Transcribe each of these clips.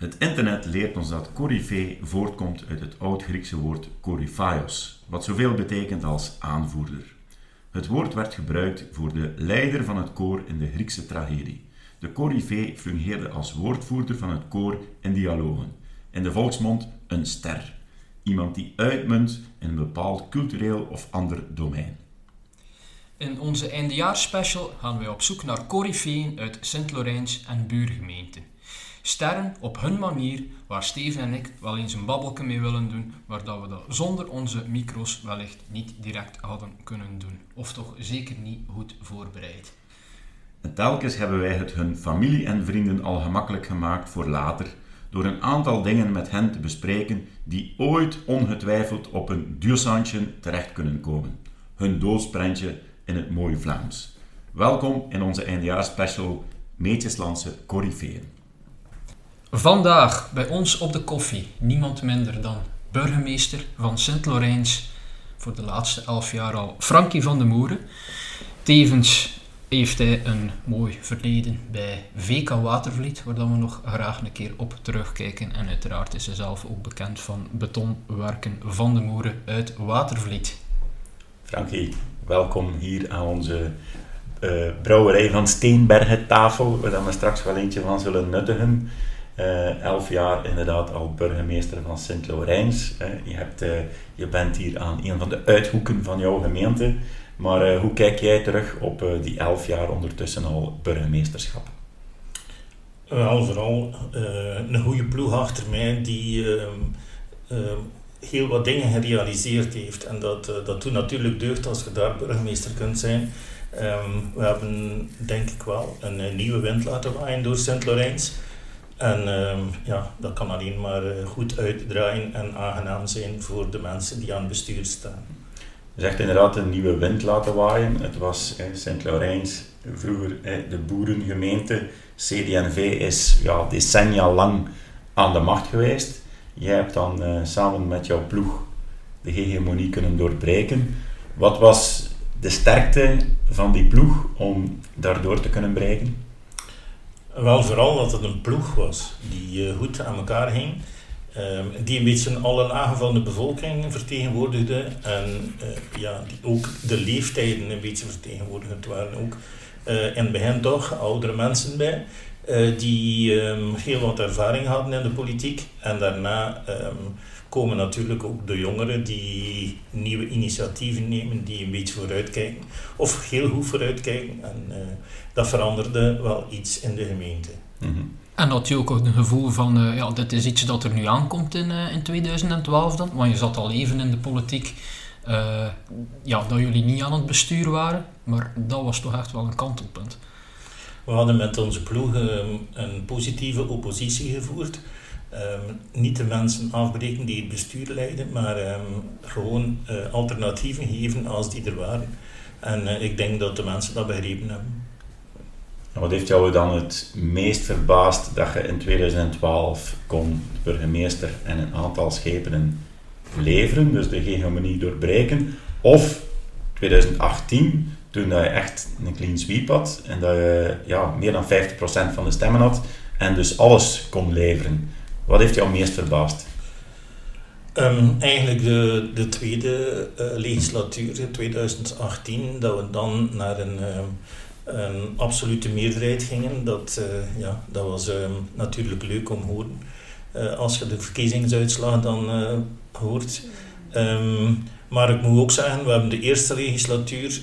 Het internet leert ons dat coryfee voortkomt uit het oud-Griekse woord koryphaios, wat zoveel betekent als aanvoerder. Het woord werd gebruikt voor de leider van het koor in de Griekse tragedie. De coryfee fungeerde als woordvoerder van het koor in dialogen. In de volksmond een ster. Iemand die uitmunt in een bepaald cultureel of ander domein. In onze eindejaarsspecial gaan wij op zoek naar coryfeeën uit Sint-Laurens en buurgemeenten. Sterren op hun manier, waar Steven en ik wel eens een babbelke mee willen doen, maar dat we dat zonder onze micro's wellicht niet direct hadden kunnen doen. Of toch zeker niet goed voorbereid. En telkens hebben wij het hun familie en vrienden al gemakkelijk gemaakt voor later, door een aantal dingen met hen te bespreken die ooit ongetwijfeld op een duursandje terecht kunnen komen. Hun doodsprentje in het mooie Vlaams. Welkom in onze eindejaarsspecial Meetjeslandse coryfeeën. Vandaag bij ons op de koffie niemand minder dan burgemeester van Sint-Laurens, voor de laatste 11 jaar al Frankie van de Moeren. Tevens heeft hij een mooi verleden bij VK Watervliet, waar we nog graag een keer op terugkijken. En uiteraard is hij zelf ook bekend van betonwerken van de Moeren uit Watervliet. Frankie, welkom hier aan onze brouwerij van Steenbergen tafel, waar we straks wel eentje van zullen nuttigen. 11 jaar inderdaad al burgemeester van Sint-Laurens. Je bent hier aan een van de uithoeken van jouw gemeente. Maar hoe kijk jij terug op die 11 jaar ondertussen al burgemeesterschap? Vooral een goede ploeg achter mij die heel wat dingen gerealiseerd heeft. En dat doet natuurlijk deugd als je daar burgemeester kunt zijn. We hebben denk ik wel een nieuwe wind laten waaien door Sint-Laurens. En dat kan alleen maar goed uitdraaien en aangenaam zijn voor de mensen die aan het bestuur staan. Je zegt inderdaad een nieuwe wind laten waaien. Het was Sint-Laurens, vroeger de boerengemeente. CD&V is decennia lang aan de macht geweest. Jij hebt dan samen met jouw ploeg de hegemonie kunnen doorbreken. Wat was de sterkte van die ploeg om daardoor te kunnen breken? Wel, vooral dat het een ploeg was die goed aan elkaar hing. Die een beetje alle lagen van de bevolking vertegenwoordigde en die ook de leeftijden een beetje vertegenwoordigd. Het waren ook in het begin toch oudere mensen bij die heel wat ervaring hadden in de politiek. En daarna komen natuurlijk ook de jongeren die nieuwe initiatieven nemen, die een beetje vooruitkijken of heel goed vooruitkijken. En dat veranderde wel iets in de gemeente. Mm-hmm. En had je ook een gevoel van, dit is iets dat er nu aankomt in 2012 dan? Want je zat al even in de politiek, dat jullie niet aan het bestuur waren, maar dat was toch echt wel een kantelpunt. We hadden met onze ploeg een positieve oppositie gevoerd. Niet de mensen afbreken die het bestuur leiden, maar gewoon alternatieven geven als die er waren. En ik denk dat de mensen dat begrepen hebben. Wat heeft jou dan het meest verbaasd dat je in 2012 kon burgemeester en een aantal schepenen leveren, dus de hegemonie doorbreken, of 2018, toen je echt een clean sweep had en dat je meer dan 50% van de stemmen had en dus alles kon leveren? Wat heeft jou meest verbaasd? Eigenlijk de tweede legislatuur, 2018, dat we dan naar een absolute meerderheid gingen. Dat was natuurlijk leuk om te horen. Als je de verkiezingsuitslag dan hoort. Maar ik moet ook zeggen, we hebben de eerste legislatuur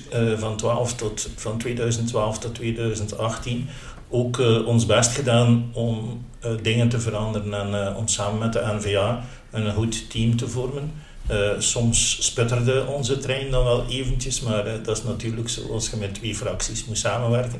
van 2012 tot 2018 ook ons best gedaan om dingen te veranderen en om samen met de N-VA een goed team te vormen. Soms sputterde onze trein dan wel eventjes, maar dat is natuurlijk zo als je met 2 fracties moet samenwerken.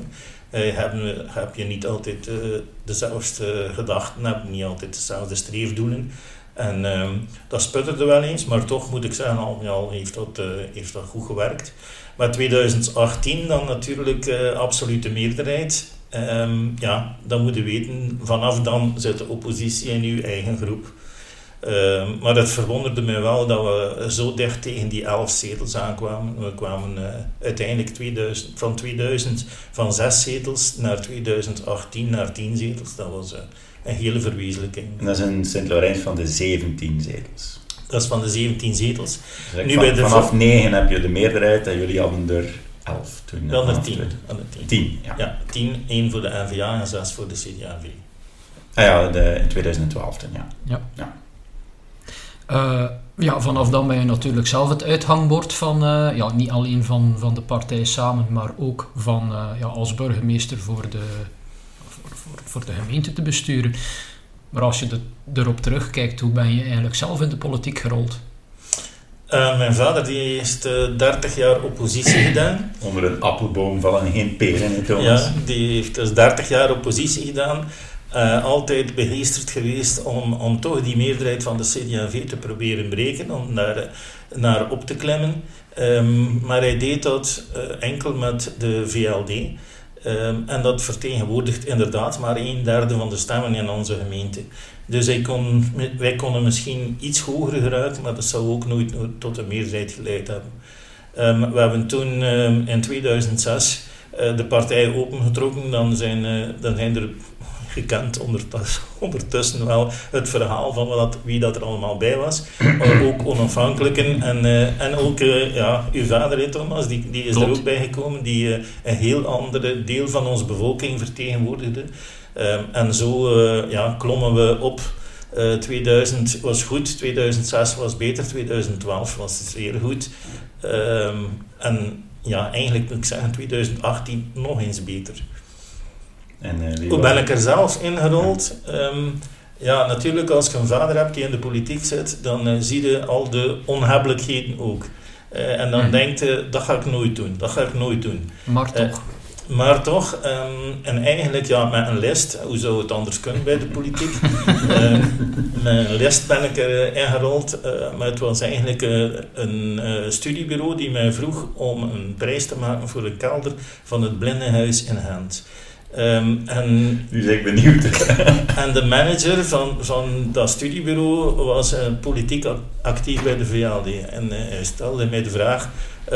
Heb je niet altijd dezelfde gedachten, heb je niet altijd dezelfde streefdoelen. En dat sputterde wel eens, maar toch moet ik zeggen, al heeft dat goed gewerkt. Maar 2018 dan natuurlijk absolute meerderheid. Dan moet je weten, vanaf dan zit de oppositie in uw eigen groep. Maar het verwonderde mij wel dat we zo dicht tegen die 11 zetels aankwamen. We kwamen uiteindelijk van 2000 van 6 zetels naar 2018 naar 10 zetels. Dat was een hele verwezenlijking. En dat is in Sint-Laurens van de 17 zetels. Dat is van de 17 zetels. Dus Nu bij de vanaf 9 heb je de meerderheid en jullie hadden er 11 toen. Dan er 10. 10, ja. Ja, 10, 1 voor de NVA en 6 voor de CD&V. Ah ja, in 2012 toen, ja. Ja, vanaf dan ben je natuurlijk zelf het uithangbord van, niet alleen van de partij samen, maar ook van, als burgemeester voor de gemeente te besturen. Maar als je erop terugkijkt, hoe ben je eigenlijk zelf in de politiek gerold? Mijn vader die heeft 30 jaar oppositie gedaan. Onder een appelboom vallen geen peren, Thomas. Ja, die heeft dus 30 jaar oppositie gedaan. Altijd begeesterd geweest om toch die meerderheid van de CD&V te proberen breken, om naar op te klimmen. Maar hij deed dat enkel met de VLD. En dat vertegenwoordigt inderdaad maar 1/3 van de stemmen in onze gemeente. Dus wij konden misschien iets hoger geraken, maar dat zou ook nooit tot een meerderheid geleid hebben. We hebben toen in 2006 de partij opengetrokken. Dan zijn er gekend ondertussen wel het verhaal van wie dat er allemaal bij was. Ook onafhankelijken en ook uw vader, Thomas, die is er ook bij gekomen, die een heel andere deel van onze bevolking vertegenwoordigde. En zo klommen we op. 2000 was goed, 2006 was beter, 2012 was zeer goed. En eigenlijk moet ik zeggen, 2018 nog eens beter. Hoe ben ik er zelf in gerold? Natuurlijk als je een vader hebt die in de politiek zit, dan zie je al de onhebbelijkheden ook. En dan denk je, dat ga ik nooit doen. Maar toch, en eigenlijk met een list, hoe zou het anders kunnen bij de politiek? Met een list ben ik er ingerold, maar het was eigenlijk een studiebureau die mij vroeg om een prijs te maken voor de kelder van het blindenhuis in Gent. Nu ben ik benieuwd. En de manager van dat studiebureau was politiek actief bij de VLD. En hij stelde mij de vraag,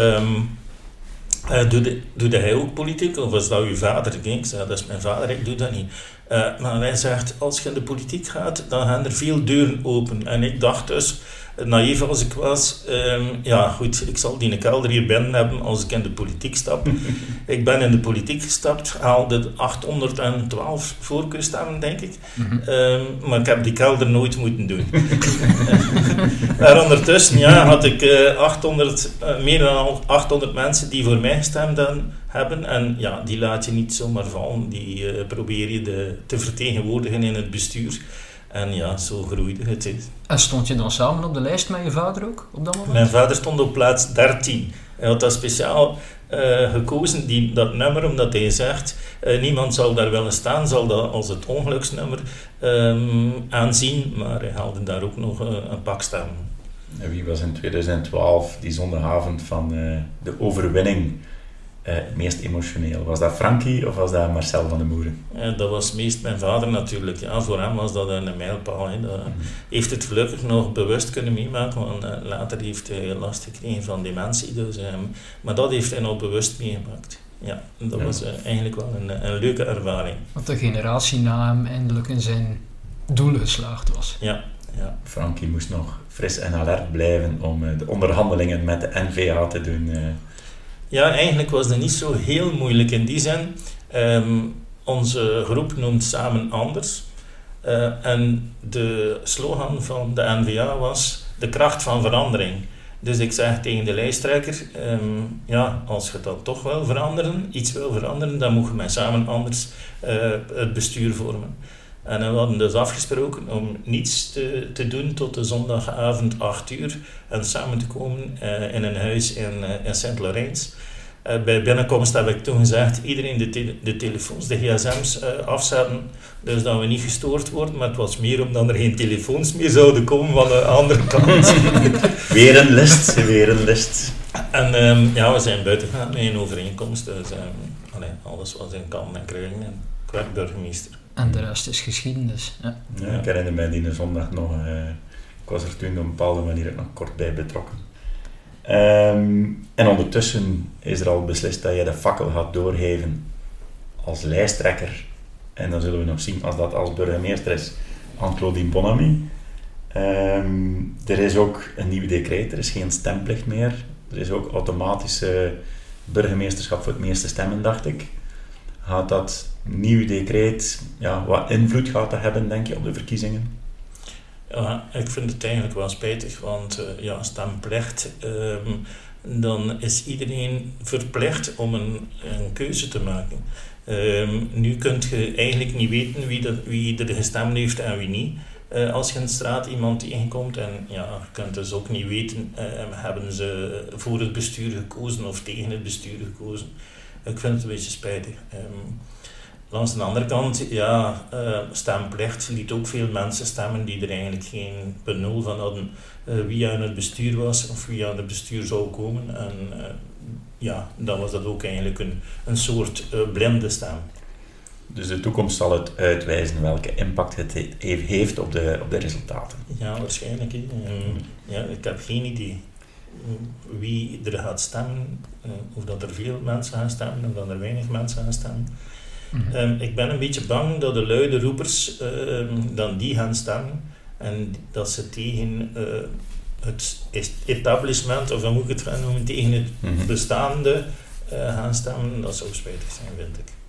doe hij ook politiek of is dat uw vader? Ik zei, dat is mijn vader, ik doe dat niet. Maar hij zegt, als je in de politiek gaat, dan gaan er veel deuren open. En ik dacht dus, naïef als ik was, ik zal die kelder hier binnen hebben als ik in de politiek stap. Ik ben in de politiek gestapt, haalde 812 voorkeurstemmen, denk ik. Maar ik heb die kelder nooit moeten doen. Maar ondertussen had ik meer dan 800 mensen die voor mij gestemd hebben. En die laat je niet zomaar vallen, die probeer je te vertegenwoordigen in het bestuur. En zo groeide het. En stond je dan samen op de lijst met je vader ook op dat moment? Mijn vader stond op plaats 13. Hij had dat speciaal gekozen, dat nummer, omdat hij zegt, niemand zal daar willen staan, zal dat als het ongeluksnummer aanzien, maar hij haalde daar ook nog een pak stemmen. En wie was in 2012, die zondagavond van de overwinning, het meest emotioneel? Was dat Frankie of was dat Marcel van de Moeren? Dat was meest mijn vader natuurlijk. Ja, voor hem was dat een mijlpaal. Dat heeft het gelukkig nog bewust kunnen meemaken, want later heeft hij last gekregen van dementie. Dus, maar dat heeft hij nog bewust meegemaakt. Ja, dat was eigenlijk wel een leuke ervaring. Dat de generatie na hem eindelijk in zijn doel geslaagd was. Ja. Frankie moest nog fris en alert blijven om de onderhandelingen met de NVA te doen. Ja, eigenlijk was dat niet zo heel moeilijk in die zin. Onze groep noemt Samen Anders. En de slogan van de NVA was de kracht van verandering. Dus ik zeg tegen de lijsttrekker, als je dat toch wil veranderen, iets wil veranderen, dan moet je met Samen Anders het bestuur vormen. En we hadden dus afgesproken om niets te doen tot de zondagavond 8:00 en samen te komen in een huis in Sint-Laurens. Bij binnenkomst heb ik toen gezegd, iedereen de telefoons, de gsm's afzetten, dus dat we niet gestoord worden, maar het was meer omdat er geen telefoons meer zouden komen van de andere kant. Weer een list. En we zijn buiten gegaan met een overeenkomst, dus alles was in kan en kruiden en ik werd burgemeester. En de rest is geschiedenis. Ja. Ik herinner mij die zondag nog. Ik was er toen op een bepaalde manier nog kort bij betrokken. En ondertussen is er al beslist dat je de fakkel gaat doorgeven als lijsttrekker En dan zullen we nog zien als dat als burgemeester is, Anne-Claudine Bonamy. Er is ook een nieuw decreet, er is geen stemplicht meer. Er is ook automatische burgemeesterschap voor het meeste stemmen, dacht ik. Gaat dat nieuwe decreet, wat invloed gaat dat hebben, denk je, op de verkiezingen? Ja, ik vind het eigenlijk wel spijtig, want stemplicht, dan is iedereen verplicht om een keuze te maken. Nu kun je eigenlijk niet weten wie er gestemd heeft en wie niet. Als je in de straat iemand tegenkomt en je kunt dus ook niet weten, hebben ze voor het bestuur gekozen of tegen het bestuur gekozen. Ik vind het een beetje spijtig. Langs de andere kant, stemplicht liet ook veel mensen stemmen die er eigenlijk geen benul van hadden wie aan het bestuur was of wie aan het bestuur zou komen. En dan was dat ook eigenlijk een soort blinde stem. Dus de toekomst zal het uitwijzen welke impact het heeft op de resultaten. Ja, waarschijnlijk. Ik heb geen idee wie er gaat stemmen, of dat er veel mensen gaan stemmen of dat er weinig mensen gaan stemmen. Mm-hmm. Ik ben een beetje bang dat de luide roepers dan die gaan stemmen en dat ze tegen het establishment, of dan moet ik het gaan noemen, tegen het bestaande gaan stemmen. Dat zou spijtig zijn, vind ik.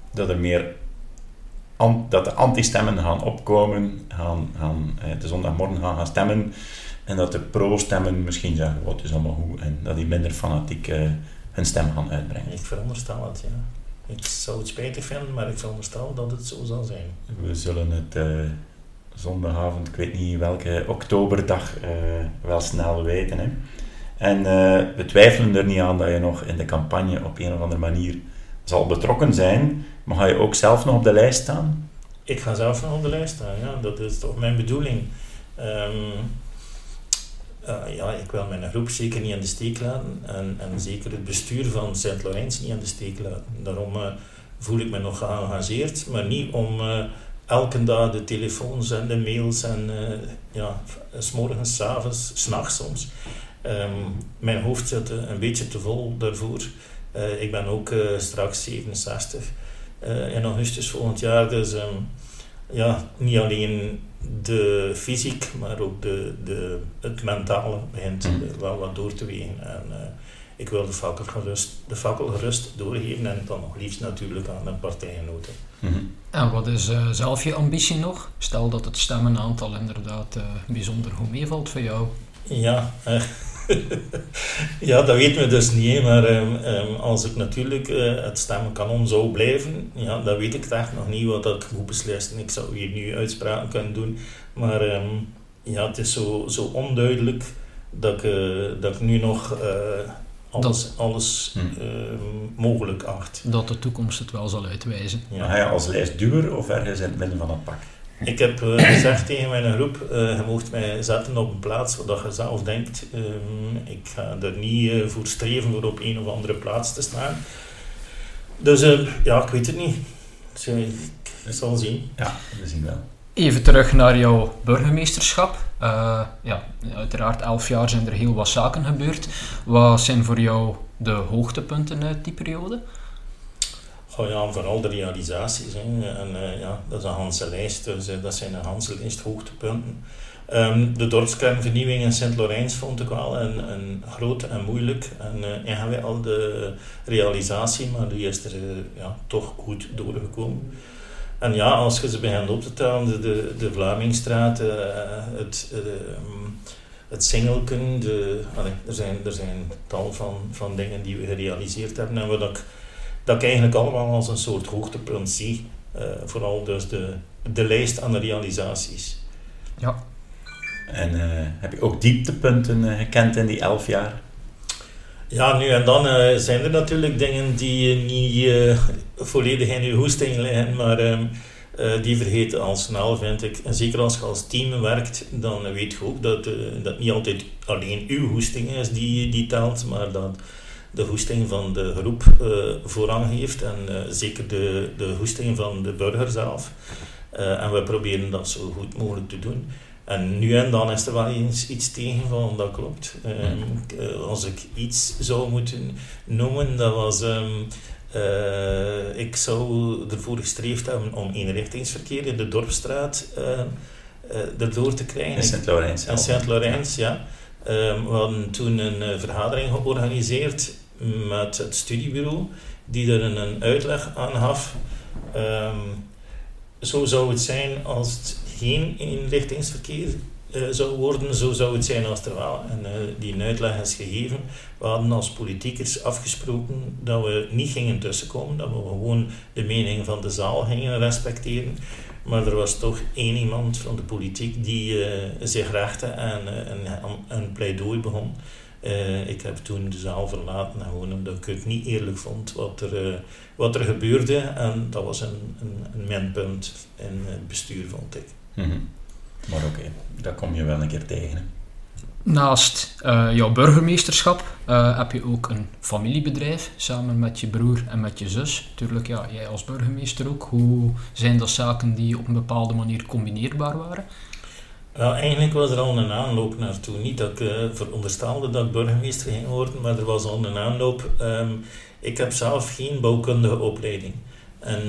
Dat de anti-stemmen gaan opkomen, de zondagmorgen gaan stemmen en dat de pro-stemmen misschien zeggen, wat is allemaal goed, en dat die minder fanatiek hun stem gaan uitbrengen. Ik veronderstel het, ja. Ik zou het spijtig vinden, maar ik veronderstel dat het zo zal zijn. We zullen het zondagavond, ik weet niet welke oktoberdag, wel snel weten. Hè. En we twijfelen er niet aan dat je nog in de campagne op een of andere manier zal betrokken zijn, maar ga je ook zelf nog op de lijst staan? Ik ga zelf nog op de lijst staan, ja. Dat is toch mijn bedoeling. Ik wil mijn groep zeker niet aan de steek laten en zeker het bestuur van Sint-Laurens niet aan de steek laten. Daarom voel ik me nog geëngageerd, maar niet om elke dag de telefoons en de mails en 's morgens, 's avonds, 's nachts soms. Mijn hoofd zit een beetje te vol daarvoor. Ik ben ook straks 67 in augustus volgend jaar, dus niet alleen de fysiek, maar ook het mentale begint wel wat door te wegen. En ik wil de fakkel gerust doorgeven en dan nog liefst natuurlijk aan mijn partijgenoten. Mm-hmm. En wat is zelf je ambitie nog? Stel dat het stemmenaantal inderdaad bijzonder goed meevalt voor jou. Ja, dat weten we dus niet, maar als ik natuurlijk het stemmenkanon zou blijven, dan weet ik het echt nog niet wat ik moet beslissen. Ik zou hier nu uitspraken kunnen doen, maar het is zo onduidelijk dat ik nu nog alles mogelijk acht. Dat de toekomst het wel zal uitwijzen. Ja. Ga je als lijstduwer of ergens in het midden van het pak? Ik heb gezegd tegen mijn groep, je mocht mij zetten op een plaats waar je zelf denkt. Ik ga er niet voor streven voor op een of andere plaats te staan. Dus ik weet het niet. Ik zal zien. Ja, we zien wel. Even terug naar jouw burgemeesterschap. Uiteraard 11 jaar zijn er heel wat zaken gebeurd. Wat zijn voor jou de hoogtepunten uit die periode? Vooral de realisaties. Hè. En dat is een ganse lijst, dus dat zijn een ganse lijst hoogtepunten. De dorpskernvernieuwing in Sint-Laurens vond ik wel een groot en moeilijk. En al de realisatie, maar die is er toch goed doorgekomen. En als je ze begint op te tellen, de Vlamingstraat, het Singelken, er zijn tal van dingen die we gerealiseerd hebben en dat ik eigenlijk allemaal als een soort hoogtepunt zie. Vooral dus de lijst aan de realisaties. Ja. En heb je ook dieptepunten gekend in die 11 jaar? Ja, nu en dan zijn er natuurlijk dingen die niet volledig in je hoesting liggen, maar die vergeten al snel, vind ik. En zeker als je als team werkt, dan weet je ook dat niet altijd alleen uw hoesting is die telt, maar dat de hoesting van de groep voorrang heeft en zeker de hoesting van de burger zelf. En we proberen dat zo goed mogelijk te doen. En nu en dan is er wel eens iets tegenvallen, dat klopt. Als ik iets zou moeten noemen, dat was Ik zou ervoor gestreefd hebben om eenrichtingsverkeer in de Dorpsstraat erdoor te krijgen. In Sint-Laurens. In Sint-Laurens, ja. We hadden toen een vergadering georganiseerd met het studiebureau, die er een uitleg aan gaf. Zo zou het zijn als het geen eenrichtingsverkeer zou worden, zo zou het zijn als er wel. En die uitleg is gegeven. We hadden als politiekers afgesproken dat we niet gingen tussenkomen, dat we gewoon de mening van de zaal gingen respecteren. Maar er was toch één iemand van de politiek die zich rechtte en een pleidooi begon. Ik heb toen de zaal verlaten, gewoon omdat ik het niet eerlijk vond wat er gebeurde. En dat was een minpunt in het bestuur, vond ik. Mm-hmm. Maar oké, dat kom je wel een keer tegen. Hè? Naast jouw burgemeesterschap heb je ook een familiebedrijf, samen met je broer en met je zus. Natuurlijk, ja, jij als burgemeester ook. Hoe zijn dat zaken die op een bepaalde manier combineerbaar waren? Wel, eigenlijk was er al een aanloop naartoe. Niet dat ik veronderstelde dat ik burgemeester ging worden, maar er was al een aanloop. Ik heb zelf geen bouwkundige opleiding. En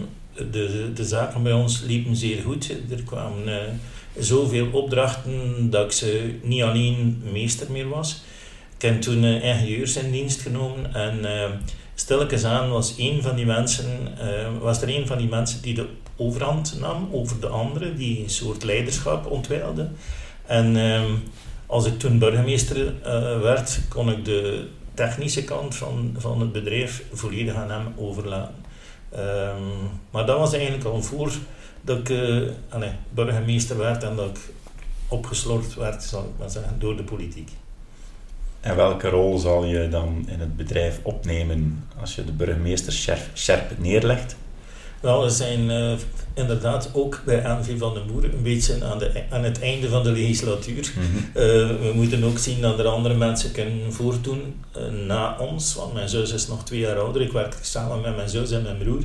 de zaken bij ons liepen zeer goed. Er kwamen zoveel opdrachten dat ik ze niet alleen meester meer was. Ik heb toen ingenieurs in dienst genomen en stilletjes aan was er een van die mensen die de overhand nam over de andere, die een soort leiderschap ontwikkelde. En als ik toen burgemeester werd, kon ik de technische kant van het bedrijf volledig aan hem overlaten. Maar dat was eigenlijk al voor dat ik burgemeester werd en dat ik opgeslorpt werd, zal ik maar zeggen, door de politiek. En welke rol zal je dan in het bedrijf opnemen als je de burgemeester-sjerp neerlegt? Wel, we zijn inderdaad ook bij NV van den Moeren een beetje aan het einde van de legislatuur. Mm-hmm. We moeten ook zien dat er andere mensen kunnen voortdoen na ons, want mijn zus is nog 2 jaar ouder. Ik werk samen met mijn zus en mijn broer.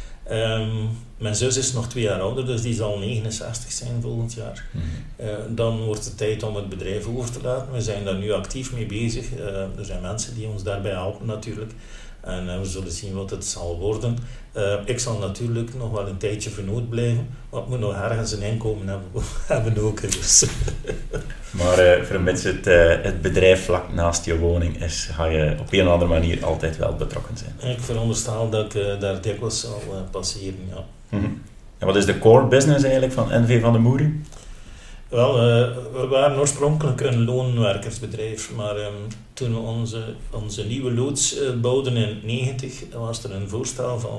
Mijn zus is nog 2 jaar ouder, dus die zal 69 zijn volgend jaar. Mm-hmm. Dan wordt het tijd om het bedrijf over te laten. We zijn daar nu actief mee bezig. Er zijn mensen die ons daarbij helpen natuurlijk. En we zullen zien wat het zal worden. Ik zal natuurlijk nog wel een tijdje vernoot blijven, want ik moet nog ergens een inkomen hebben ook. Dus. Maar vermits het bedrijf vlak naast je woning is, ga je op een of andere manier altijd wel betrokken zijn? Ik veronderstel dat ik daar dikwijls zal passeren, ja. Mm-hmm. En wat is de core business eigenlijk van NV van den Moeren? Wel, we waren oorspronkelijk een loonwerkersbedrijf, maar toen we onze nieuwe loods bouwden in 1990, was er een voorstel van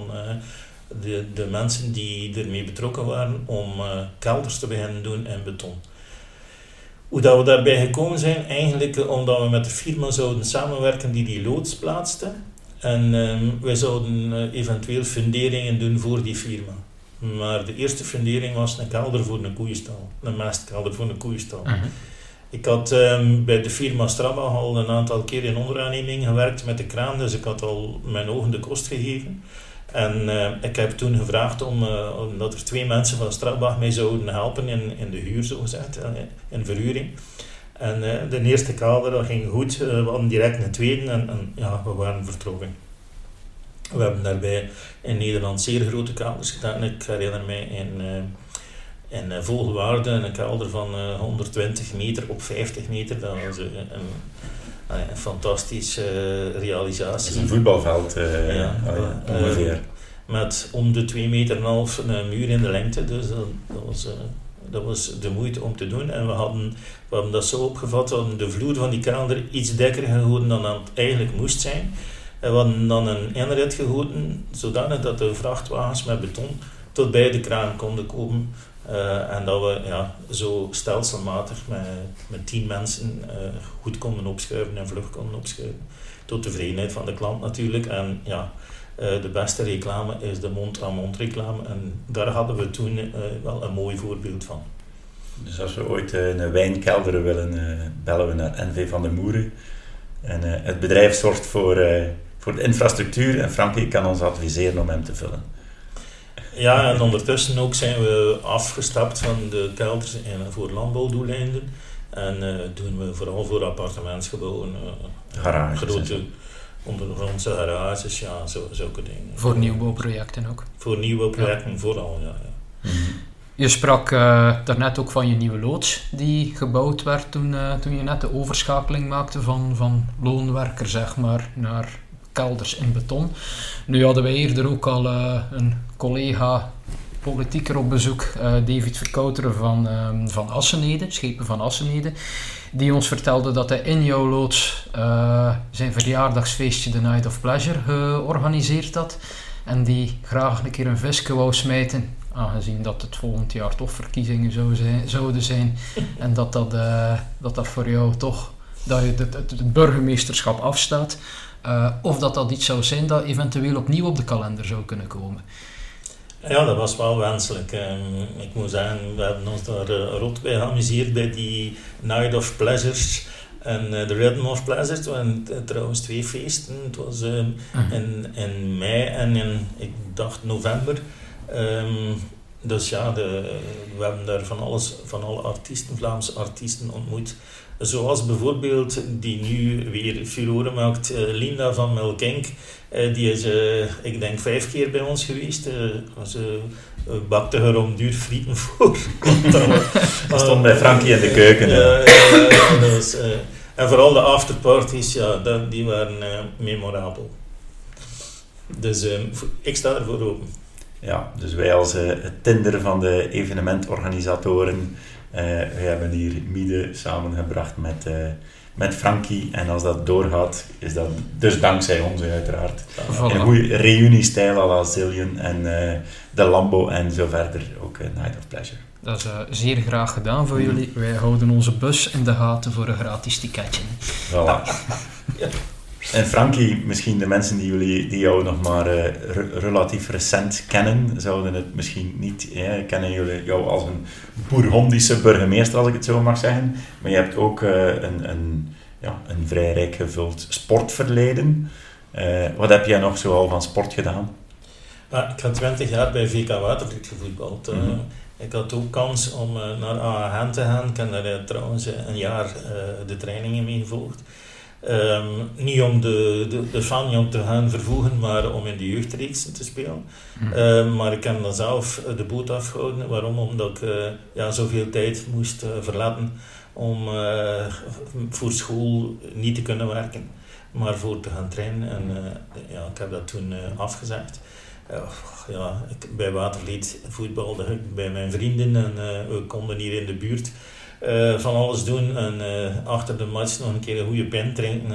de mensen die ermee betrokken waren om kelders te beginnen doen in beton. Hoe dat we daarbij gekomen zijn? Eigenlijk omdat we met de firma zouden samenwerken die loods plaatste en wij zouden eventueel funderingen doen voor die firma. Maar de eerste fundering was een kelder voor een koeienstal. Een mestkelder voor een koeienstal. Uh-huh. Ik had bij de firma Strabag al een aantal keer in onderaanneming gewerkt met de kraan, dus ik had al mijn ogen de kost gegeven. En ik heb toen gevraagd omdat er 2 mensen van Strabag mij zouden helpen in de huur, zogezegd, in verhuring. En de eerste kelder, dat ging goed. We hadden direct een tweede en we waren vertrokken. We hebben daarbij in Nederland zeer grote kelders gedaan. Ik herinner mij in Vogelwaarde een kelder van 120 meter op 50 meter. Dat was een fantastische realisatie. Dat is een voetbalveld ongeveer. Met om de 2,5 meter een muur in de lengte. Dus dat was de moeite om te doen. En we hadden dat zo opgevat. We hadden de vloer van die kelder iets dikker gehouden dan het eigenlijk moest zijn. We hadden dan een inrit gegoten, zodanig dat de vrachtwagens met beton tot bij de kraan konden komen. En dat we zo stelselmatig met 10 mensen goed konden opschuiven en vlug konden opschuiven. Tot tevredenheid van de klant natuurlijk. En de beste reclame is de mond-aan-mond reclame. En daar hadden we toen wel een mooi voorbeeld van. Dus als we ooit een wijnkelder willen, bellen we naar NV van den Moeren. En het bedrijf zorgt voor de infrastructuur en Frankie kan ons adviseren om hem te vullen. Ja, en ondertussen ook zijn we afgestapt van de kelders voor landbouwdoeleinden. En doen we vooral voor appartementsgebouwen, garages, ondergrondse garages, zulke dingen. Voor nieuwbouwprojecten ook. Voor nieuwbouwprojecten vooral, ja. Je sprak daarnet ook van je nieuwe loods die gebouwd werd toen je net de overschakeling maakte van loonwerker, zeg maar, naar kelders in beton. Nu hadden wij eerder ook al een collega politieker op bezoek, David Verkouteren van Assenede, Schepen van Assenede, die ons vertelde dat hij in jouw loods zijn verjaardagsfeestje The Night of Pleasure georganiseerd had en die graag een keer een visje wou smijten, aangezien dat het volgend jaar toch verkiezingen zouden zijn en dat voor jou toch, dat je het burgemeesterschap afstaat, of dat iets zou zijn dat eventueel opnieuw op de kalender zou kunnen komen. Ja, dat was wel wenselijk. Ik moet zeggen, we hebben ons daar rot bij geamuseerd bij die Night of Pleasures en de Rhythm of Pleasures. Het waren trouwens 2 feesten. Het was in mei en in, ik dacht, november. Dus ja, we hebben daar van alle artiesten, Vlaamse artiesten ontmoet. Zoals bijvoorbeeld die nu weer furoren maakt, Linda van Melkink. Die is, ik denk, 5 keer bij ons geweest. Ze bakte haar om duur frieten voor. Dat stond bij Frankie in de keuken. En vooral de afterparties, die waren memorabel. Dus ik sta ervoor open. Ja, dus wij als het Tinder van de evenementorganisatoren, wij hebben hier Miede samengebracht met Frankie. En als dat doorgaat, is dat dus dankzij ons uiteraard. Voilà. In een goede reuniestijl à la Zillion en de Lambo en zo verder ook Night of Pleasure. Dat is zeer graag gedaan voor jullie. Wij houden onze bus in de gaten voor een gratis ticketje. Voilà. Ja. En Frankie, misschien de mensen die jou nog maar relatief recent kennen, zouden het misschien niet, kennen jullie jou als een Bourgondische burgemeester, als ik het zo mag zeggen. Maar je hebt ook een vrij rijk gevuld sportverleden. Wat heb jij nog zoal van sport gedaan? Ik heb 20 jaar bij VK Watervliet gevoetbald. Ik had ook kans om naar AAN te gaan. Ik heb daar trouwens een jaar de trainingen mee gevolgd. Niet om de fanjong te gaan vervoegen, maar om in de jeugdreeksen te spelen. Maar ik heb dan zelf de boot afgehouden. Waarom? Omdat ik zoveel tijd moest verlaten om voor school niet te kunnen werken, maar voor te gaan trainen. En ik heb dat toen afgezegd. Bij Watervliet voetbalde ik bij mijn vrienden en we konden hier in de buurt van alles doen en achter de match nog een keer een goede pint drinken.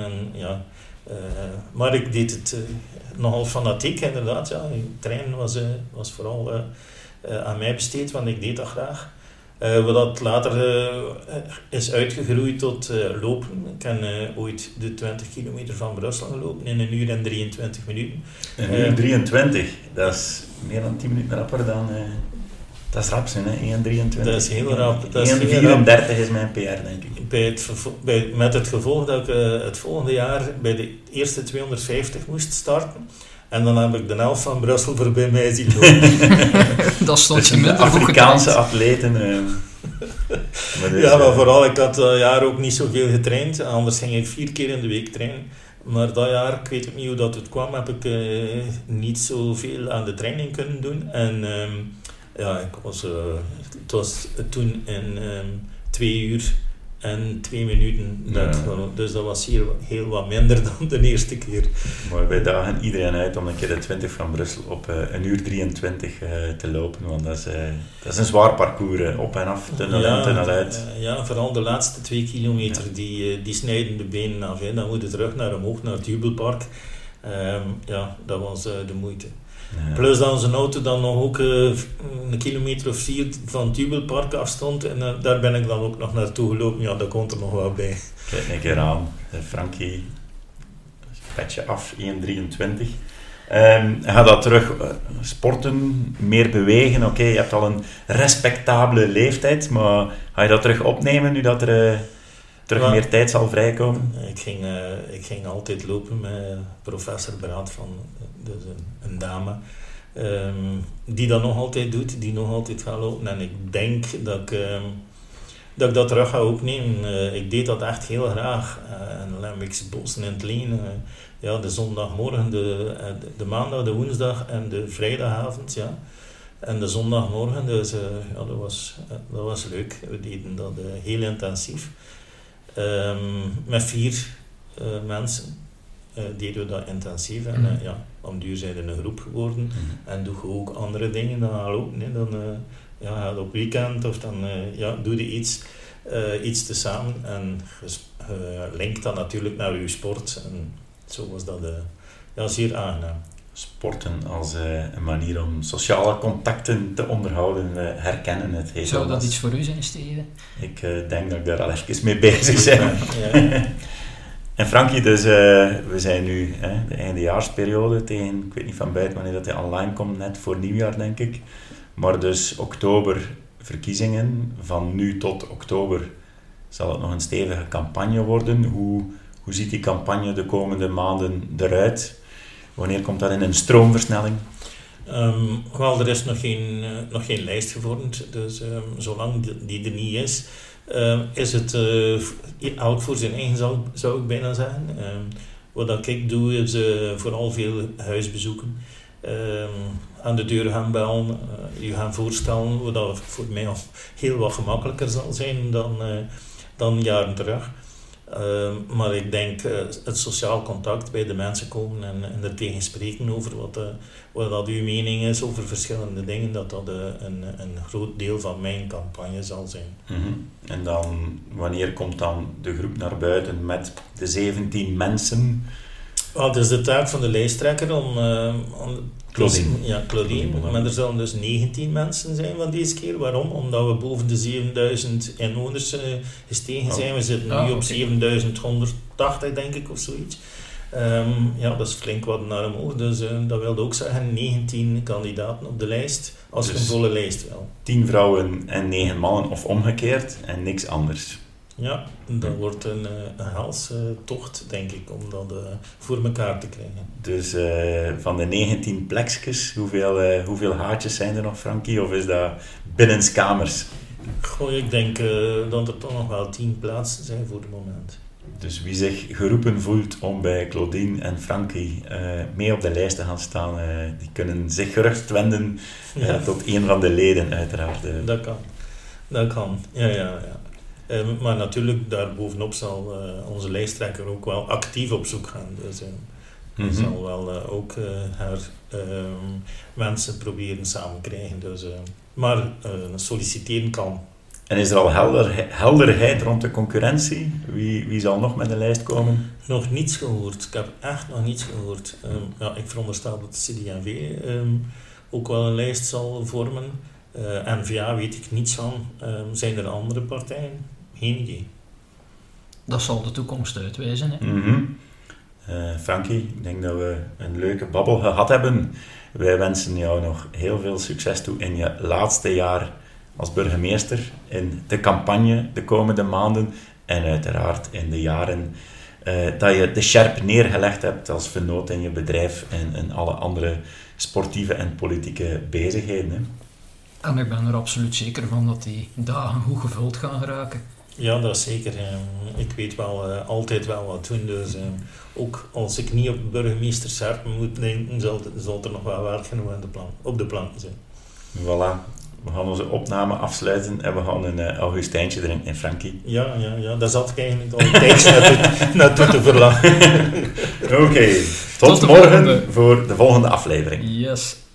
Maar ik deed het nogal fanatiek inderdaad. Ja. Trainen was vooral aan mij besteed, want ik deed dat graag. Wat dat later is uitgegroeid tot lopen. Ik heb ooit de 20 kilometer van Brussel gelopen in 1 uur en 23 minuten. 1 uur 23, dat is meer dan 10 minuten rapper dan... Dat is rap, hè? 1,23. Dat is heel rap. 1,34 is mijn PR, denk ik. Met het gevolg dat ik het volgende jaar bij de eerste 250 moest starten. En dan heb ik de helft van Brussel voorbij mij zien lopen. Dat stond dus je minder Afrikaanse atleten. Maar vooral, ik had dat jaar ook niet zoveel getraind. Anders ging ik 4 keer in de week trainen. Maar dat jaar, ik weet ook niet hoe dat het kwam, heb ik niet zoveel aan de training kunnen doen. En... het was toen in 2 uur en 2 minuten. Dus dat was hier heel wat minder dan de eerste keer. Maar wij dagen iedereen uit om een keer de 20 van Brussel op 1 uur 23 te lopen. Want dat is een zwaar parcours, op en af, tunnel in, tunnel uit. Vooral de laatste 2 kilometer, die snijden de benen af. Dan moet je terug naar omhoog, naar het Jubelpark. Dat was de moeite. Ja. Plus dat onze auto dan nog ook 1 kilometer of 4 van het Jubelpark afstond en daar ben ik dan ook nog naartoe gelopen. Ja, dat komt er nog wel bij. Kijk een keer aan, Frankie, petje af, 1,23. Ga dat terug sporten, meer bewegen. Oké, je hebt al een respectabele leeftijd, maar ga je dat terug opnemen nu dat er meer tijd zal vrijkomen? Ik ging altijd lopen met professor Braat van dus een dame die dat nog altijd doet, die nog altijd gaat lopen. En ik denk dat ik dat ik dat terug ga opnemen. Ik deed dat echt heel graag. In Lembekse Bossen in het Leen. Ja, de zondagmorgen, de maandag, de woensdag en de vrijdagavond. Ja. En de zondagmorgen, dus ja, dat was leuk. We deden dat heel intensief. Met 4 mensen deden we dat intensief. En ja, om duur zijn we een groep geworden. En doe je ook andere dingen dan al ook. Nee. Dan ja, ga je op weekend of dan ja, doe je iets tezamen. En je linkt dat natuurlijk naar je sport. En zo was dat ja, zeer aangenaam. Sporten als een manier om sociale contacten te onderhouden, herkennen het heel. Zou dat iets voor u zijn, Steven? Ik denk dat ik daar al even mee bezig ben. Ja. En Frankie, dus we zijn nu de eindejaarsperiode tegen, ik weet niet van buiten wanneer dat hij online komt, net voor nieuwjaar denk ik. Maar dus oktober verkiezingen, van nu tot oktober zal het nog een stevige campagne worden. Hoe ziet die campagne de komende maanden eruit? Wanneer komt dat in een stroomversnelling? Wel, er is nog geen lijst gevormd, dus zolang die er niet is het elk voor zijn eigen, zou ik bijna zeggen. Wat ik doe is vooral veel huisbezoeken. Aan de deur gaan bellen, je gaan voorstellen, wat voor mij al heel wat gemakkelijker zal zijn dan jaren terug. Maar ik denk het sociaal contact bij de mensen komen en er tegen spreken over wat dat uw mening is over verschillende dingen, dat een groot deel van mijn campagne zal zijn. Mm-hmm. En dan, wanneer komt dan de groep naar buiten met de 17 mensen? Het is de taak van de lijsttrekker om Claudine. Ja, Claudine. Maar er zullen dus 19 mensen zijn van deze keer. Waarom? Omdat we boven de 7000 inwoners gestegen zijn. We zitten nu op 7180 denk ik of zoiets. Ja, dat is flink wat naar omhoog. Dus dat wil ook zeggen 19 kandidaten op de lijst. Als je een volle lijst wil. 10 vrouwen en 9 mannen of omgekeerd en niks anders. Ja, dat wordt een halstocht, denk ik, om dat voor elkaar te krijgen. Dus van de 19 plekjes, hoeveel haartjes zijn er nog, Frankie? Of is dat binnenskamers? Goh, ik denk dat er toch nog wel 10 plaatsen zijn voor het moment. Dus wie zich geroepen voelt om bij Claudine en Frankie mee op de lijst te gaan staan, die kunnen zich gerust wenden tot een van de leden, uiteraard. Dat kan. Ja. Maar natuurlijk, daarbovenop zal onze lijsttrekker ook wel actief op zoek gaan. Dus hij zal wel ook haar mensen proberen samen krijgen. Dus, maar solliciteren kan. En is er al helderheid rond de concurrentie? Wie zal nog met de lijst komen? Nog niets gehoord. Ik heb echt nog niets gehoord. Ja, ik veronderstel dat de CD&V ook wel een lijst zal vormen. N-VA weet ik niets van. Zijn er andere partijen? Geen idee. Dat zal de toekomst uitwijzen. Hè? Mm-hmm. Frankie, ik denk dat we een leuke babbel gehad hebben. Wij wensen jou nog heel veel succes toe in je laatste jaar als burgemeester, in de campagne de komende maanden en uiteraard in de jaren dat je de sjerp neergelegd hebt als vennoot in je bedrijf en in alle andere sportieve en politieke bezigheden. Hè. En ik ben er absoluut zeker van dat die dagen goed gevuld gaan geraken. Ja, dat is zeker. Ik weet wel altijd wel wat doen. Dus ook als ik niet op burgemeester Sjerp moet denken, zal er nog wel werk genoeg op de planken zijn. Voilà. We gaan onze opname afsluiten en we gaan een Augustijntje drinken in Frankie. Ja, daar zat ik eigenlijk al een tijdje naartoe te verlangen. Oké, tot morgen voor de volgende aflevering. Yes.